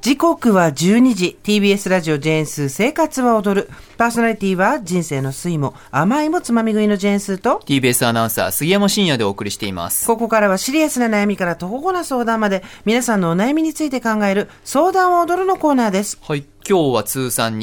時刻は12時。 TBS ラジオジェーンスー生活は踊る。パーソナリティは人生の酸いも甘いもつまみ食いのジェーンスーと TBS アナウンサー杉山真也でお送りしています。 ここからはシリアスな悩みから徒歩な相談まで皆さんのお悩みについて考える相談を踊るのコーナーです。 はい、今日は通算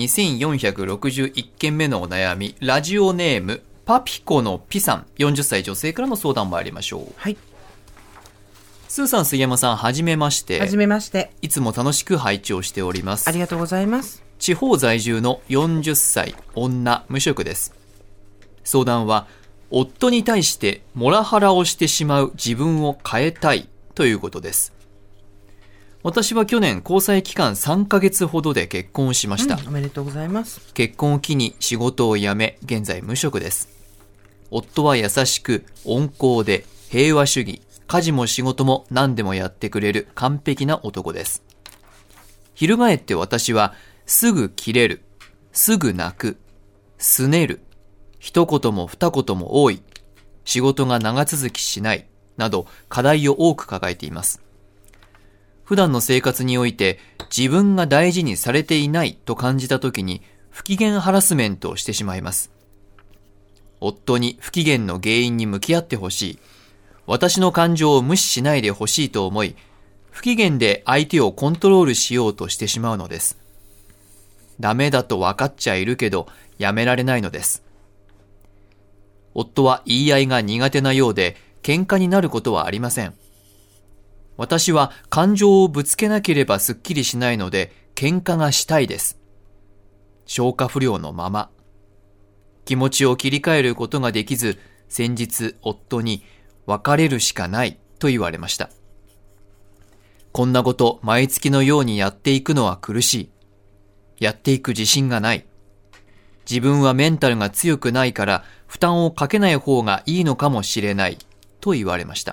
2461件目のお悩み、ラジオネームパピコのピさん、40歳女性からの相談参りましょう。 はい、 スーさん、杉山さん、はじめまして。 はじめまして。 いつも楽しく拝聴しております。 ありがとうございます。 地方在住の40歳女無職です。相談は、夫に対してモラハラをしてしまう自分を変えたいということです。私は去年交際期間3ヶ月ほどで結婚しました。 おめでとうございます。 結婚を機に仕事を辞め、現在無職です。夫は優しく温厚で平和主義、家事も仕事も何でもやってくれる完璧な男です。翻って私はすぐキレる、すぐ泣く、すねる、一言も二言も多い、仕事が長続きしないなど課題を多く抱えています。普段の生活において自分が大事にされていないと感じたときに不機嫌ハラスメントをしてしまいます。夫に不機嫌の原因に向き合ってほしい。私の感情を無視しないでほしいと思い、不機嫌で相手をコントロールしようとしてしまうのです。ダメだと分かっちゃいるけど、やめられないのです。夫は言い合いが苦手なようで、喧嘩になることはありません。私は感情をぶつけなければすっきりしないので、喧嘩がしたいです。消化不良のまま。気持ちを切り替えることができず、先日夫に、別れるしかないと言われました。こんなこと毎月のようにやっていくのは苦しい。やっていく自信がない。自分はメンタルが強くないから負担をかけない方がいいのかもしれないと言われました。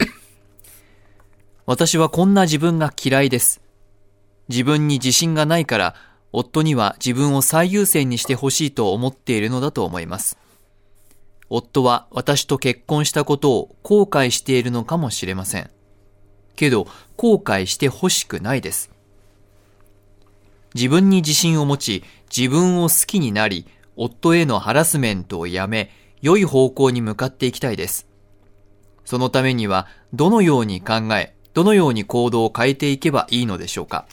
私はこんな自分が嫌いです。自分に自信がないから夫には自分を最優先にしてほしいと思っているのだと思います。夫は私と結婚したことを後悔しているのかもしれません。けど、後悔してほしくないです。自分に自信を持ち、自分を好きになり、夫へのハラスメントをやめ、良い方向に向かっていきたいです。そのためには、どのように考え、どのように行動を変えていけばいいのでしょうか。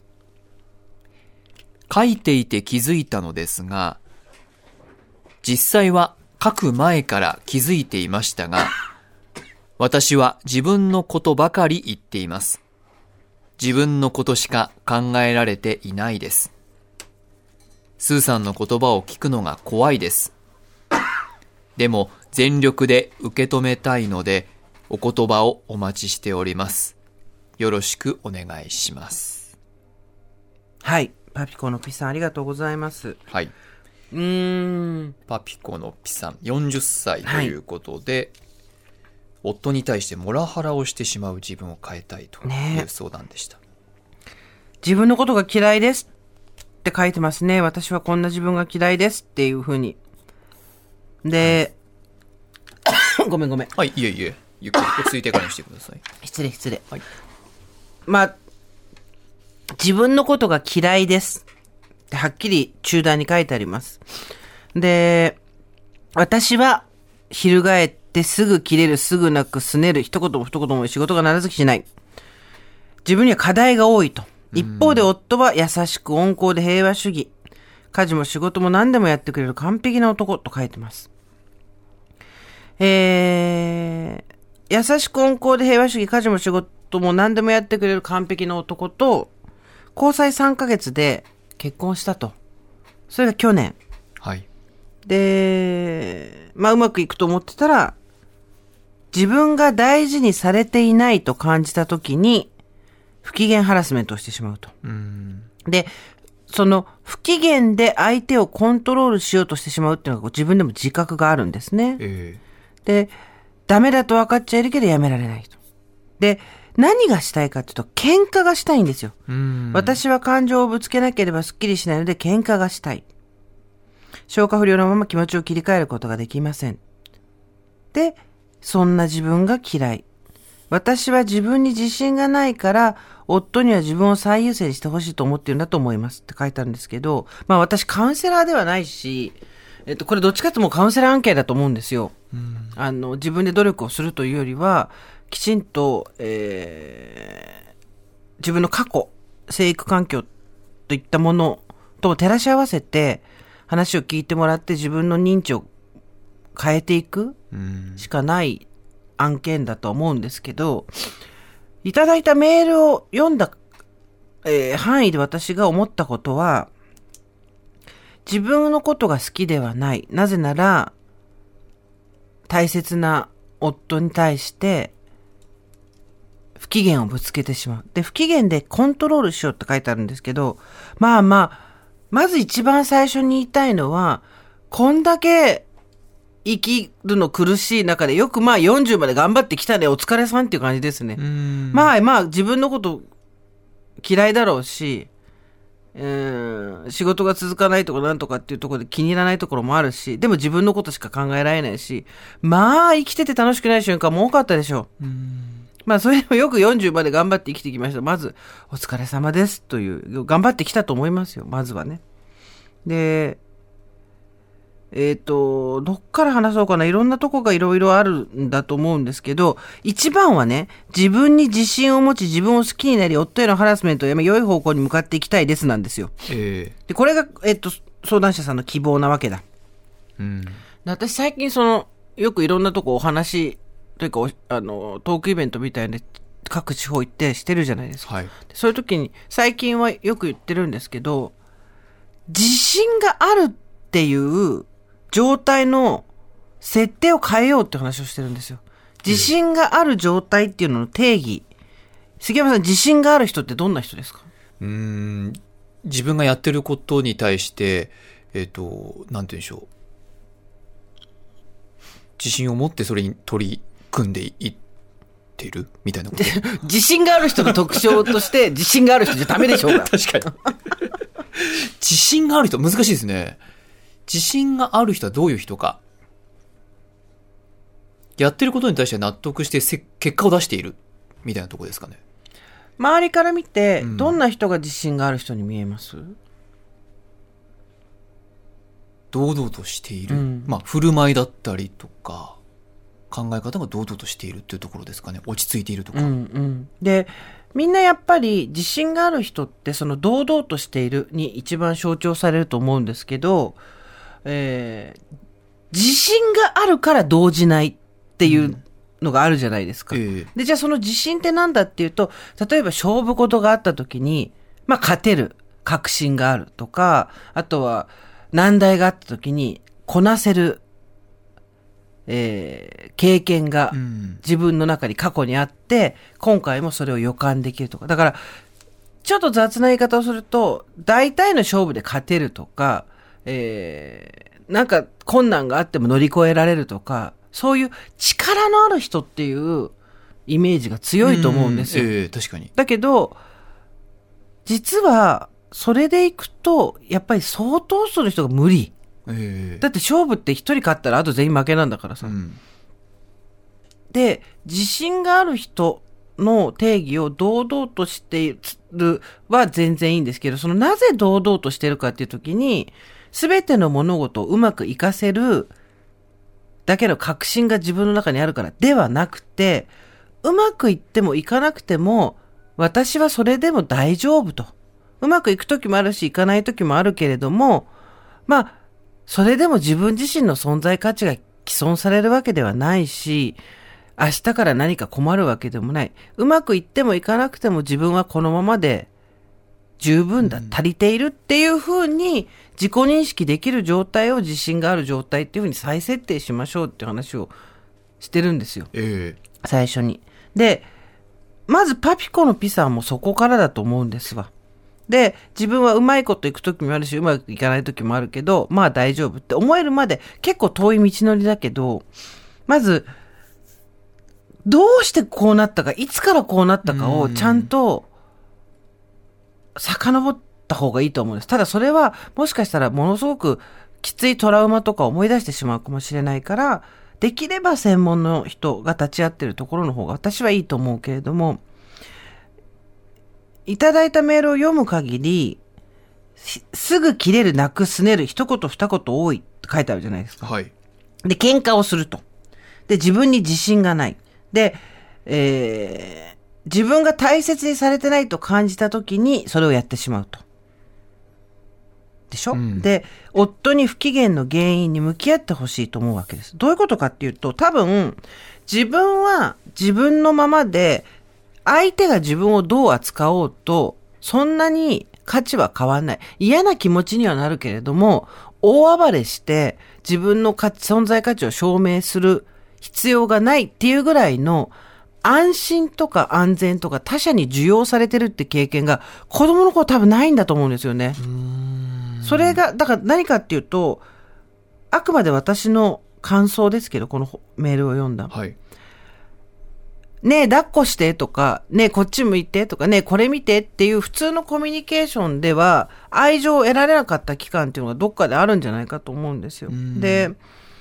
書いていて気づいたのですが、実際は書く前から気づいていましたが、私は自分のことばかり言っています。自分のことしか考えられていないです。スーさんの言葉を聞くのが怖いです。でも全力で受け止めたいので、お言葉をお待ちしております。よろしくお願いします。 はい、パピコのピさんありがとうございます。 はい。パピコのピさん40歳ということで、はい、夫に対してモラハラをしてしまう自分を変えたいという相談でした。 自分のことが嫌いですって書いてますね。私はこんな自分が嫌いですっていうふうに。で、はい、ごめん。 はい、いえいえ、ゆっくり落ち着いてからにしてください。 失礼。 はい。 まあ、自分のことが嫌いですってはっきり中段に書いてあります。で、私は翻ってすぐ切れる、すぐ泣く、すねる、一言も一言も仕事が長続きしない。自分には課題が多いと。一方で夫は優しく温厚で平和主義。家事も仕事も何でもやってくれる完璧な男と書いてます。優しく温厚で平和主義、家事も仕事も何でもやってくれる完璧な男と、交際3ヶ月で結婚したと。それが去年。 はい。 で、うまくいくと思ってたら、自分が大事にされていないと感じたときに、不機嫌ハラスメントをしてしまうと。で、その不機嫌で相手をコントロールしようとしてしまうっていうのが自分でも自覚があるんですね。で、ダメだと分かっちゃいるけどやめられないと。で、何がしたいかっていうと、喧嘩がしたいんですよ。私は感情をぶつけなければすっきりしないので喧嘩がしたい。消化不良のまま気持ちを切り替えることができません。で、そんな自分が嫌い。 私は自分に自信がないから、夫には自分を最優先してほしいと思っているんだと思いますって書いてあるんですけど、まあ私カウンセラーではないし、これどっちかというともうカウンセラー案件だと思うんですよ。自分で努力をするというよりは、きちんと、自分の過去、生育環境といったものと照らし合わせて話を聞いてもらって自分の認知を変えていくしかない案件だと思うんですけど、いただいたメールを読んだ、範囲で私が思ったことは、自分のことが好きではない。なぜなら、大切な夫に対して不機嫌をぶつけてしまう。で、不機嫌でコントロールしようって書いてあるんですけど、まず一番最初に言いたいのは、こんだけ生きるの苦しい中でよく40まで頑張ってきたね、お疲れさんっていう感じですね。自分のこと嫌いだろうし、仕事が続かないとかなんとかっていうところで気に入らないところもあるし、でも自分のことしか考えられないし、生きてて楽しくない瞬間も多かったでしょう。それでもよく40まで頑張って生きてきました。まず、お疲れ様ですという、頑張ってきたと思いますよ、まずはね。で、どっから話そうかな。いろんなとこがいろいろあるんだと思うんですけど、一番はね、自分に自信を持ち、自分を好きになり、夫へのハラスメントをやめ、良い方向に向かっていきたいですなんですよ。で、これが、相談者さんの希望なわけだ。で私最近よくいろんなとこお話、というか、トークイベントみたいな各地方行ってしてるじゃないですか。 はい、 そういう時に、最近はよく言ってるんですけど、自信があるっていう状態の設定を変えようって話をしてるんですよ。自信がある状態っていうのの定義。杉山さん、自信がある人ってどんな人ですか？ 自分がやってることに対して、なんて言うんでしょう。自信を持ってそれに取り組んでいってるみたいなこと。 自信がある人の特徴として、自信がある人じゃダメでしょうが。 確かに。自信がある人、難しいですね。自信がある人はどういう人か。やってることに対して納得して結果を出しているみたいなところですかね。 周りから見て、どんな人が自信がある人に見えます？ 堂々としている。振る舞いだったりとか、考え方が堂々としているっていうところですかね。落ち着いているとか。 で、みんなやっぱり自信がある人ってその堂々としているに一番象徴されると思うんですけど、自信があるから動じないっていうのがあるじゃないですか。で、じゃあその自信ってなんだっていうと、例えば勝負事があった時に、勝てる確信があるとか、あとは難題があった時にこなせる、経験が自分の中に過去にあって、今回もそれを予感できるとか。だから、ちょっと雑な言い方をすると、大体の勝負で勝てるとか、なんか困難があっても乗り越えられるとか、そういう力のある人っていうイメージが強いと思うんですよ。 確かに。 だけど、実は、それでいくと、やっぱり相当する人が無理。だって勝負って一人勝ったらあと全員負けなんだからさ。で、自信がある人の定義を堂々としているは全然いいんですけど、そのなぜ堂々としているかっていうときに、すべての物事をうまく活かせるだけの確信が自分の中にあるからではなくて、うまくいってもいかなくても、私はそれでも大丈夫と。うまくいくときもあるし、いかないときもあるけれども、それでも自分自身の存在価値が毀損されるわけではないし、明日から何か困るわけでもない。うまくいってもいかなくても自分はこのままで十分だ、足りているっていうふうに自己認識できる状態を自信がある状態っていうふうに再設定しましょうっていう話をしてるんですよ。最初に。で、まずパピコのピさんもそこからだと思うんですわ。で、自分はうまいこといくときもあるし、うまくいかないときもあるけど、大丈夫って思えるまで結構遠い道のりだけど、まず、どうしてこうなったか、いつからこうなったかをちゃんと遡った方がいいと思うんです。ただそれはもしかしたらものすごくきついトラウマとか思い出してしまうかもしれないから、 できれば専門の人が立ち会ってるところの方が私はいいと思うけれども、いただいたメールを読む限り、すぐ切れる、泣く、すねる、一言二言多いって書いてあるじゃないですか。 はい。 で、喧嘩をすると。で、自分に自信がない。で、自分が大切にされてないと感じたときにそれをやってしまうと。でしょ、で、夫に不機嫌の原因に向き合ってほしいと思うわけです。どういうことかっていうと、多分、自分は自分のままで、相手が自分をどう扱おうと、そんなに価値は変わんない。嫌な気持ちにはなるけれども、大暴れして自分の存在価値を証明する必要がないっていうぐらいの安心とか安全とか他者に受容されてるって経験が子供の頃多分ないんだと思うんですよね。それが、だから何かっていうと、あくまで私の感想ですけど、このメールを読んだ。 はい。 ねえ、抱っこしてとか、ねえ、こっち向いてとか、ねえ、これ見てっていう普通のコミュニケーションでは、愛情を得られなかった期間っていうのがどっかであるんじゃないかと思うんですよ。で、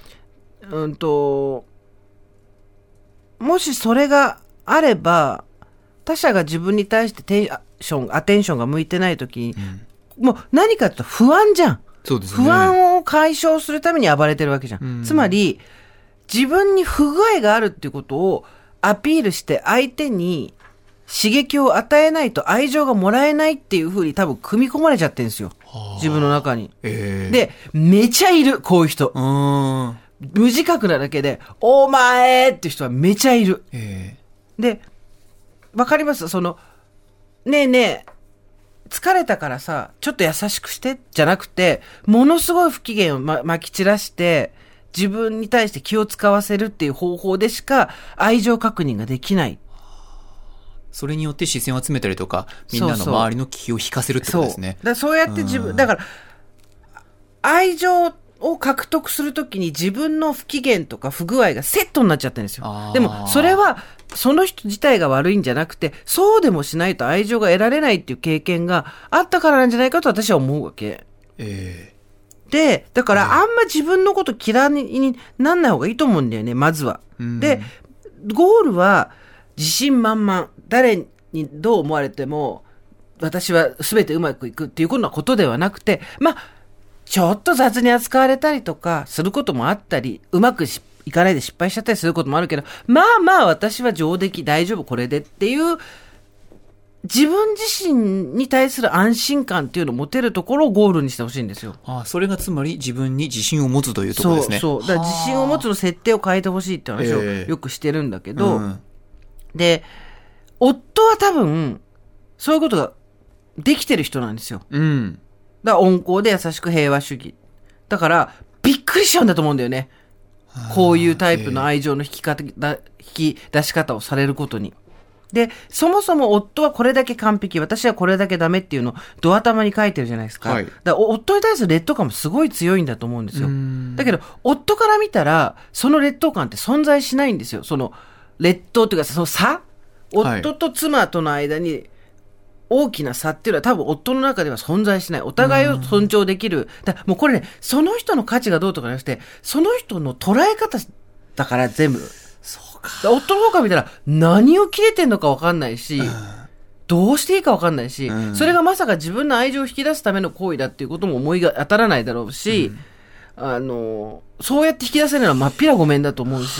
もしそれがあれば、他者が自分に対してアテンションが向いてないときに、もう何かというと不安じゃん。 そうですね。 不安を解消するために暴れてるわけじゃん。つまり、自分に不具合があるっていうことをアピールして相手に刺激を与えないと愛情がもらえないっていう風に多分組み込まれちゃってるんですよ。自分の中に。で、めちゃいる、こういう人。無自覚なだけで、お前っていう人はめちゃいる。で、わかります？ねえねえ、疲れたからさ、ちょっと優しくしてじゃなくて、ものすごい不機嫌をまき散らして、自分に対して気を使わせるっていう方法でしか愛情確認ができない。 それによって視線を集めたりとか、みんなの周りの気を引かせるってことですね。 そうやってだから、愛情を獲得するときに自分の不機嫌とか不具合がセットになっちゃってるんですよ。でも、それは、その人自体が悪いんじゃなくて、そうでもしないと愛情が得られないっていう経験があったからなんじゃないかと私は思うわけ。で、だからあんま自分のこと嫌いになんない方がいいと思うんだよね、まずは。で、ゴールは自信満々、誰にどう思われても、私は全てうまくいくっていうことではなくて、ちょっと雑に扱われたりとかすることもあったり、うまくいかないで失敗しちゃったりすることもあるけど、私は上出来大丈夫これでっていう、自分自身に対する安心感っていうのを持てるところをゴールにしてほしいんですよ。 それがつまり自分に自信を持つというところですね。 そう。だから自信を持つの設定を変えてほしいって話をよくしてるんだけど、で、夫は多分、そういうことができてる人なんですよ。だから温厚で優しく平和主義。だから、びっくりしちゃうんだと思うんだよね。こういうタイプの愛情の引き出し方をされることに。で、そもそも夫はこれだけ完璧、私はこれだけダメっていうのをド頭に書いてるじゃないですか。だから夫に対する劣等感もすごい強いんだと思うんですよ。だけど、夫から見たら、その劣等感って存在しないんですよ。その劣等っていうか、その差、夫と妻との間に大きな差っていうのは多分夫の中では存在しない。お互いを尊重できる。もうこれね、その人の価値がどうとかじゃなくて、その人の捉え方だから全部。そうか。夫の方から見たら何を切れてんのか分かんないし、どうしていいか分かんないし、それがまさか自分の愛情を引き出すための行為だっていうことも思いが当たらないだろうし、そうやって引き出せるのは真っ平ごめんだと思うし、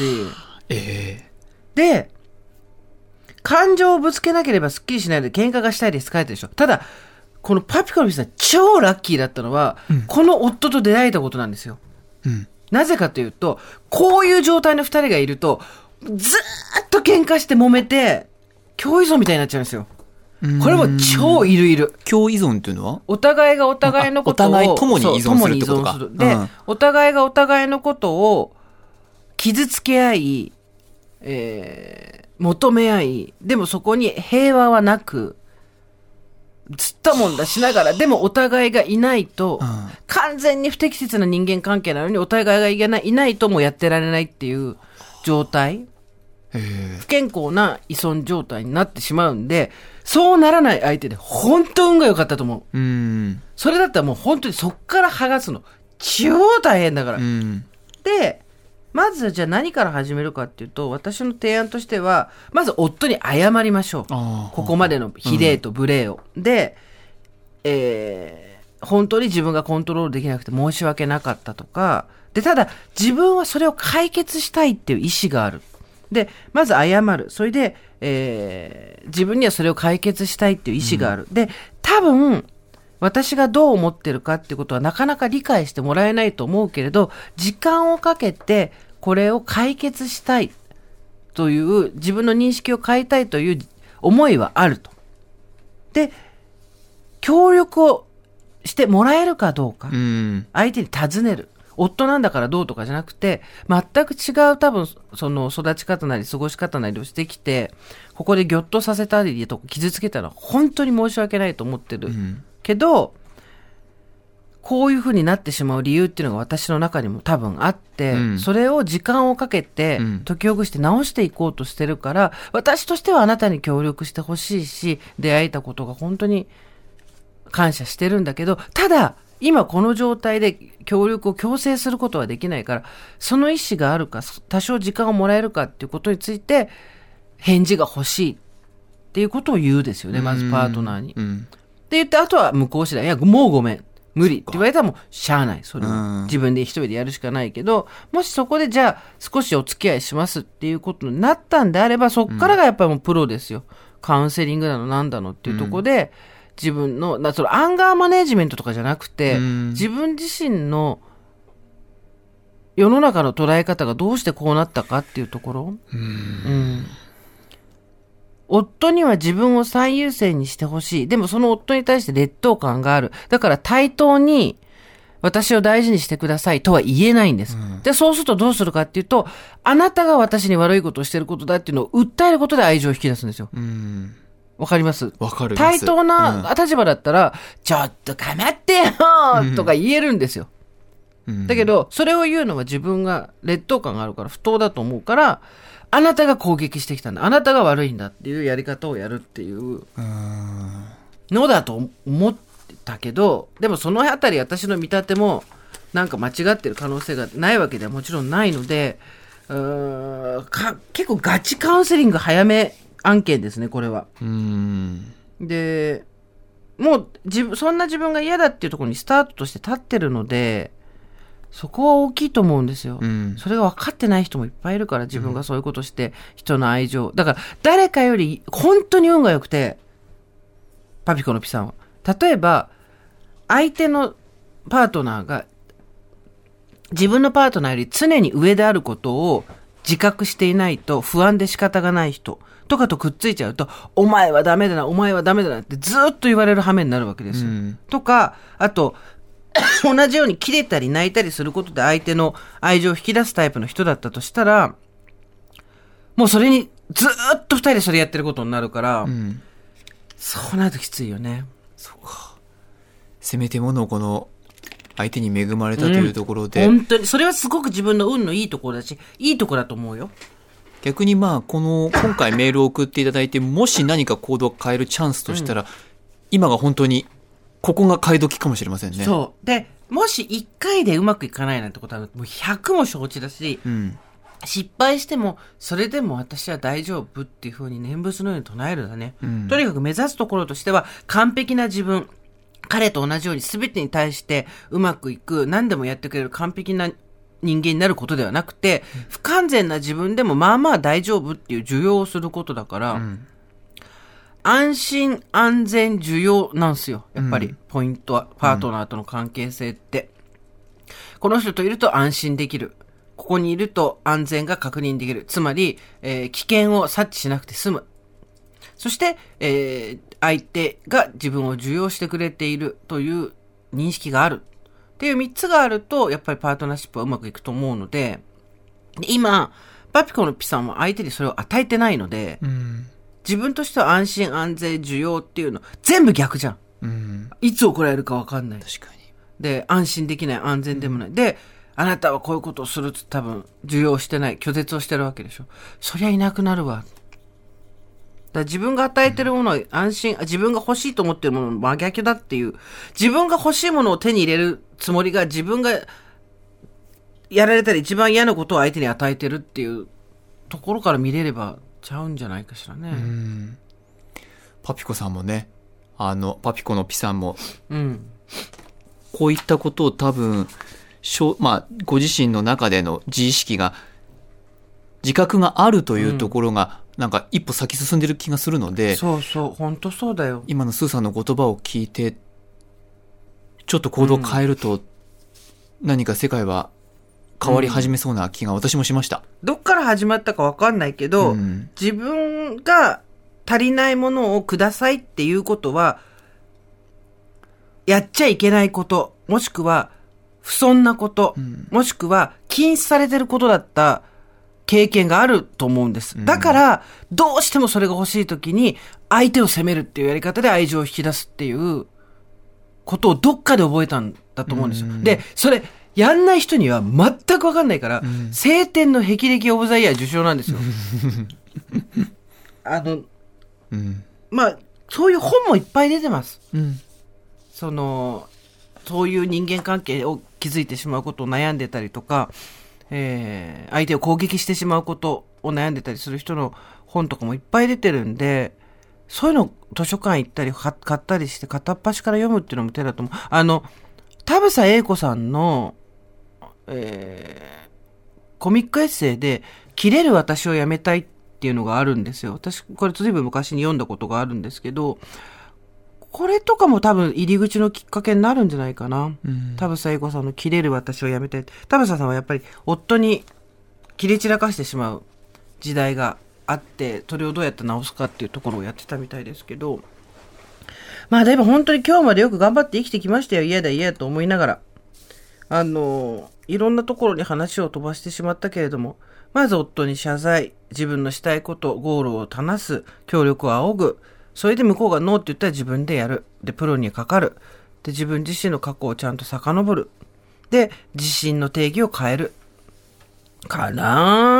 で、感情をぶつけなければスッキリしないで喧嘩がしたいです書いてるでしょ。ただ、このパピコの人は超ラッキーだったのは、この夫と出会えたことなんですよ。なぜかというと、こういう状態の二人がいると、ずーっと喧嘩して揉めて、共依存みたいになっちゃうんですよ。これも超いる。 共依存っていうのはお互いがお互いのことを、 お互い共に依存するってことか。 で、お互いがお互いのことを傷つけ合い、求め合い、でもそこに平和はなく、ずっともんだしながら、でもお互いがいないと、完全に不適切な人間関係なのにお互いがいないともやってられないっていう状態、不健康な依存状態になってしまうんで、そうならない相手で本当運が良かったと思う。それだったらもう本当にそっから剥がすの超大変だから。で、 まずじゃあ何から始めるかっていうと、私の提案としては、まず夫に謝りましょう。ここまでの非礼と無礼を。で、本当に自分がコントロールできなくて申し訳なかったとか、で、ただ自分はそれを解決したいっていう意思がある。で、まず謝る。それで、自分にはそれを解決したいっていう意思がある。で、多分、私がどう思ってるかっていうことはなかなか理解してもらえないと思うけれど、時間をかけてこれを解決したいという、自分の認識を変えたいという思いはあると。で、協力をしてもらえるかどうか、相手に尋ねる。夫なんだからどうとかじゃなくて、全く違う多分その育ち方なり過ごし方なりをしてきて、ここでギョッとさせたりとか傷つけたのは本当に申し訳ないと思ってる。けど、こういう風になってしまう理由っていうのが私の中にも多分あって、それを時間をかけて解きほぐして直していこうとしてるから、私としてはあなたに協力してほしいし、出会えたことが本当に感謝してるんだけど、ただ今この状態で協力を強制することはできないから、その意思があるか、多少時間をもらえるかっていうことについて返事が欲しいっていうことを言うですよね、まずパートナーに。って言って、あとは向こう次第。いや、もうごめん。無理って言われたらもうしゃあない。それは自分で一人でやるしかないけど、もしそこでじゃあ少しお付き合いしますっていうことになったんであれば、そっからがやっぱりもうプロですよ。カウンセリングなのなんだのっていうところで、自分の、そのアンガーマネジメントとかじゃなくて、自分自身の世の中の捉え方がどうしてこうなったかっていうところ。夫には自分を最優先にしてほしい。でもその夫に対して劣等感がある。だから対等に私を大事にしてくださいとは言えないんです。で、そうするとどうするかっていうと、あなたが私に悪いことをしてることだっていうのを訴えることで愛情を引き出すんですよ。わかります？ わかる。 対等な立場だったら、ちょっと構ってよとか言えるんですよ。だけど、それを言うのは自分が劣等感があるから不当だと思うから、あなたが攻撃してきたんだ。あなたが悪いんだっていうやり方をやるっていうのだと思ってたけど、でもそのあたり私の見立てもなんか間違ってる可能性がないわけではもちろんないので、結構ガチカウンセリング早め案件ですね、これは。で、もうそんな自分が嫌だっていうところにスタートとして立ってるので、そこは大きいと思うんですよ。それが分かってない人もいっぱいいるから、自分がそういうことして人の愛情。だから誰かより本当に運が良くて、パピコのピさんは。例えば、相手のパートナーが自分のパートナーより常に上であることを自覚していないと不安で仕方がない人とかとくっついちゃうと、お前はダメだな、お前はダメだなってずっと言われる羽目になるわけですよ。とか、あと、同じようにキレたり泣いたりすることで相手の愛情を引き出すタイプの人だったとしたら、もうそれにずっと二人でそれやってることになるから、そうなるときついよね。 そうか。せめてものこの相手に恵まれたというところで、 本当にそれはすごく自分の運のいいところだし、いいところだと思うよ。 逆に今回メールを送っていただいて、もし何か行動を変えるチャンスとしたら、今が本当にここが買い時かもしれませんね。 そう。で、もし1回でうまくいかないなんてことは、もう100も承知だし、失敗しても、それでも私は大丈夫っていう風に念仏のように唱えるんだね。とにかく目指すところとしては、完璧な自分、彼と同じように全てに対してうまくいく、何でもやってくれる完璧な人間になることではなくて、不完全な自分でもまあまあ大丈夫っていう受容をすることだから、安心安全受容なんですよ。やっぱりポイントは、パートナーとの関係性って。この人といると安心できる。ここにいると安全が確認できる。つまり、危険を察知しなくて済む。そして、相手が自分を受容してくれているという認識がある。っていう3つがあると、やっぱりパートナーシップはうまくいくと思うので、今、パピコのピさんは相手にそれを与えてないので、自分としては安心安全受容っていうの全部逆じゃん。いつ怒られるか分かんない。 確かに。 で、安心できない、安全でもない。で、あなたはこういうことをすると多分受容してない、拒絶をしてるわけでしょ。そりゃいなくなるわ。だから自分が与えてるものは安心、自分が欲しいと思ってるものの真逆だっていう、自分が欲しいものを手に入れるつもりが自分がやられたら一番嫌なことを相手に与えてるっていうところから見れればちゃうんじゃないかしらね。 パピコさんもね、パピコのピさんも、こういったことを多分、ご自身の中での自意識が、自覚があるというところが、なんか一歩先進んでる気がするので、 そうそう、本当そうだよ。 今のスーさんの言葉を聞いて、ちょっと行動を変えると、何か世界は変わり始めそうな気が私もしました。 どっから始まったかわかんないけど、自分が足りないものをくださいっていうことは、やっちゃいけないこと、もしくは不遜なこと、もしくは禁止されてることだった経験があると思うんです。だから、どうしてもそれが欲しいときに、相手を責めるっていうやり方で愛情を引き出すっていうことをどっかで覚えたんだと思うんですよ。で、それ、やんない人には全くわかんないから、青天の霹靂オブザイヤー受賞なんですよ。そういう本もいっぱい出てます。そういう人間関係を築いてしまうことを悩んでたりとか、相手を攻撃してしまうことを悩んでたりする人の本とかもいっぱい出てるんで、そういうの図書館行ったり買ったりして片っ端から読むっていうのも手だと思う。田房英子さんの、コミックエッセイで、切れる私をやめたいっていうのがあるんですよ。私、これずいぶん昔に読んだことがあるんですけど、これとかも多分入り口のきっかけになるんじゃないかな。田房英子さんの切れる私をやめたい。田房さんはやっぱり夫に切れ散らかしてしまう時代があって、それをどうやって直すかっていうところをやってたみたいですけど、でも本当に今日までよく頑張って生きてきましたよ。嫌だと思いながら。いろんなところに話を飛ばしてしまったけれども、まず夫に謝罪、自分のしたいこと、ゴールを話す、協力を仰ぐ、それで向こうがノーって言ったら自分でやる。で、プロにかかる。で、自分自身の過去をちゃんと遡る。で、自信の定義を変える。かな